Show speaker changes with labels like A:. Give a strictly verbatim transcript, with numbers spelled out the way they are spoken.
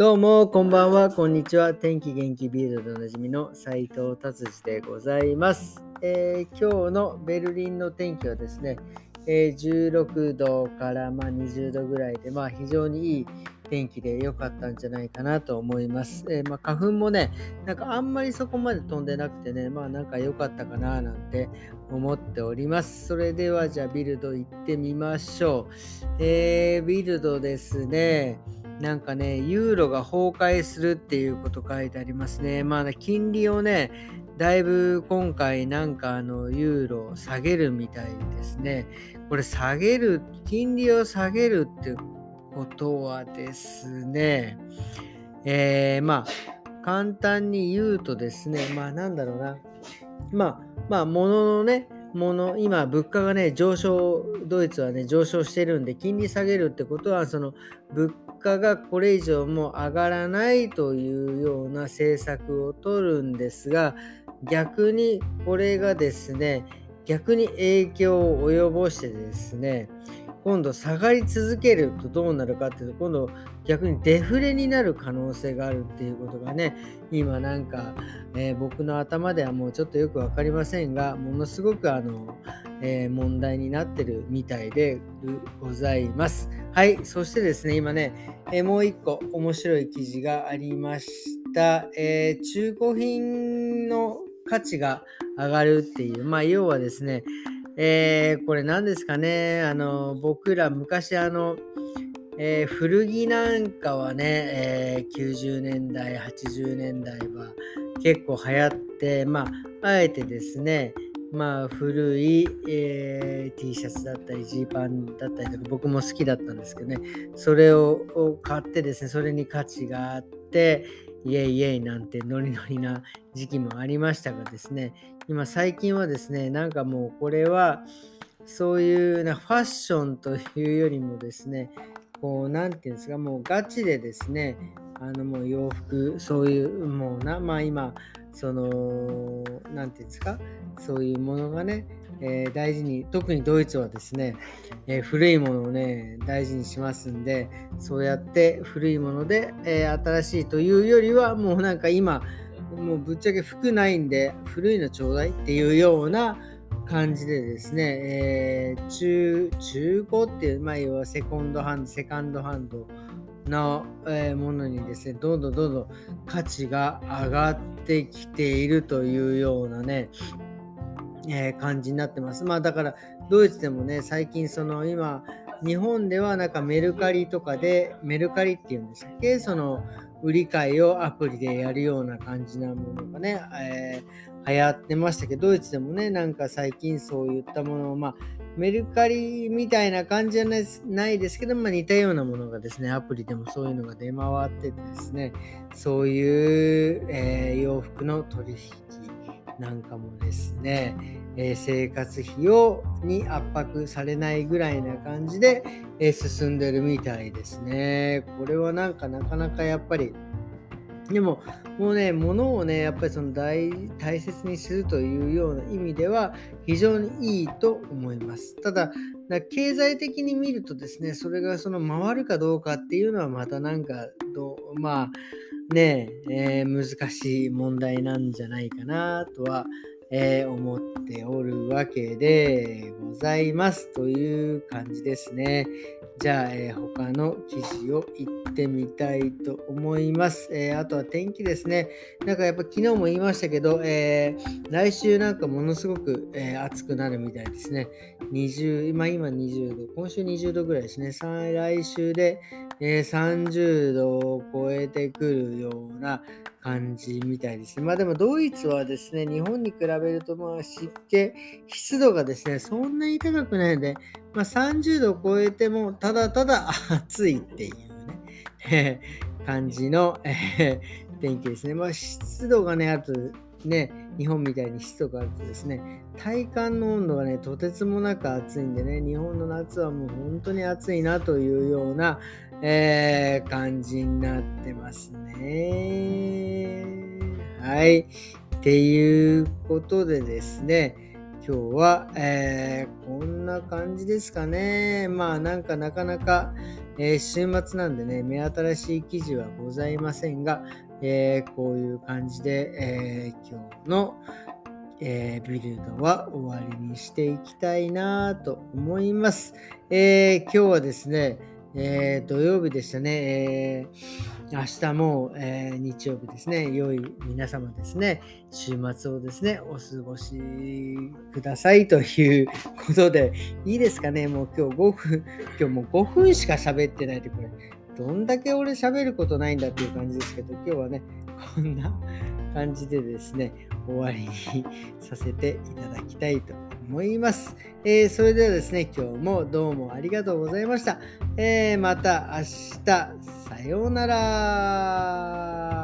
A: どうもこんばんは、こんにちは。天気元気ビルドでおなじみの斉藤達治でございます。えー今日のベルリンの天気はですね、えーじゅうろくどからまあにじゅうどぐらいで、まあ、非常にいい天気で良かったんじゃないかなと思います。えーまあ、花粉もね、なんかあんまりそこまで飛んでなくてね、まあなんか良かったかななんて思っております。それではじゃあビルド行ってみましょう。えービルドですね。なんかね、ユーロが崩壊するっていうこと書いてありますね。まあね、金利をね、だいぶ今回なんかあのユーロ下げるみたいですね。これ下げる、金利を下げるってことはですね、えーまあ簡単に言うとですね、まあなんだろうな、まあまあ物のね、物、今物価がね、上昇、ドイツはね、上昇してるんで、金利下げるってことは、その物価がこれ以上も上がらないというような政策を取るんですが、逆にこれがですね、逆に影響を及ぼしてですね、今度下がり続けるとどうなるかっていうと、今度逆にデフレになる可能性があるっていうことがね、今なんか、えー僕の頭ではもうちょっとよく分かりませんが、ものすごくあの、えー問題になってるみたいでございます。はい、そしてですね、今ね、えーもう一個面白い記事がありました。えー中古品の価値が上がるっていう、まあ要はですね、えーこれ何ですかね、あの僕ら昔あの、えー古着なんかはね、えーきゅうじゅうねんだい、はちじゅうねんだいは結構流行って、まあ、あえてですね、まあ、古い、えー T シャツだったり、ジーパンだったりとか、僕も好きだったんですけどね、それをを買ってですね、それに価値があって、イエイイエイなんてノリノリな時期もありましたがですね、今最近はですね、なんかもうこれは、そういうなファッションというよりもですね、こう、なんていうんですか、もうガチでですね、あのもう洋服、そういう、もうな、まあ今、その、なんていうんですか、そういうものがね、えー大事に、特にドイツはですね、えー古いものをね、大事にしますんで、そうやって古いもので、えー新しいというよりは、もうなんか今、もうぶっちゃけ服ないんで、古いのちょうだいっていうような感じでですね、えー中、中古っていう、まあ、要はセコンドハンド、セカンドハンドの、えーものにですね、どんどんどんどん価値が上がってきているというようなね、えー感じになってます。まあだからドイツでもね、最近その今、日本ではなんかメルカリとかで、メルカリっていうんでしたっけ、その売り買いをアプリでやるような感じなものがね、えー流行ってましたけど、ドイツでもね、なんか最近そういったものを、まあメルカリみたいな感じじゃないですないですけど、まあ、似たようなものがですね、アプリでもそういうのが出回っててですね、そういう、えー洋服の取引なんかもですね、えー生活費をに圧迫されないぐらいな感じで、えー進んでるみたいですね。これはなんかなかなかやっぱり、でも、もうね、物をね、やっぱりその大大切にするというような意味では、非常にいいと思います。ただ、な経済的に見るとですね、それがその回るかどうかっていうのはまたなんかどう、まあねえ、えー難しい問題なんじゃないかなとは、えー思っておるわけでございますという感じですね。じゃあ、えー他の記事を言ってみたいと思います。えーあとは天気ですね。なんかやっぱ昨日も言いましたけど、えー来週なんかものすごく、えー暑くなるみたいですね。にじゅう、今今にじゅうど、今週にじゅうどぐらいですね。再来週で、えーさんじゅうどを超えてくるような感じみたいですね。まあでもドイツはですね、日本に比べるとまあ湿気、湿度がですね、そんなに高くないので、まあ、さんじゅうどを超えてもただただ暑いっていうね、感じの、えー天気ですね。まあ湿度がね、あるとね、日本みたいに湿度があるとですね、体感の温度がね、とてつもなく暑いんでね、日本の夏はもう本当に暑いなというような、えー感じになってますね。はい。っていうことでですね、今日は、えーこんな感じですかね。まあなんかなかなか、 えー週末なんでね、目新しい記事はございませんが、えーこういう感じで、えー今日の、えービルドは終わりにしていきたいなと思います。えー今日はですね、えー土曜日でしたね。えー明日も、えー日曜日ですね。良い皆様ですね、週末をですね、お過ごしくださいということで、いいですかね。もう今日ごふん、今日もうごふんしか喋ってないで、これ、どんだけ俺喋ることないんだっていう感じですけど、今日はね、こんな感じでですね、終わりにさせていただきたいと思います。えーそれではですね、今日もどうもありがとうございました。えーまた明日、さようなら。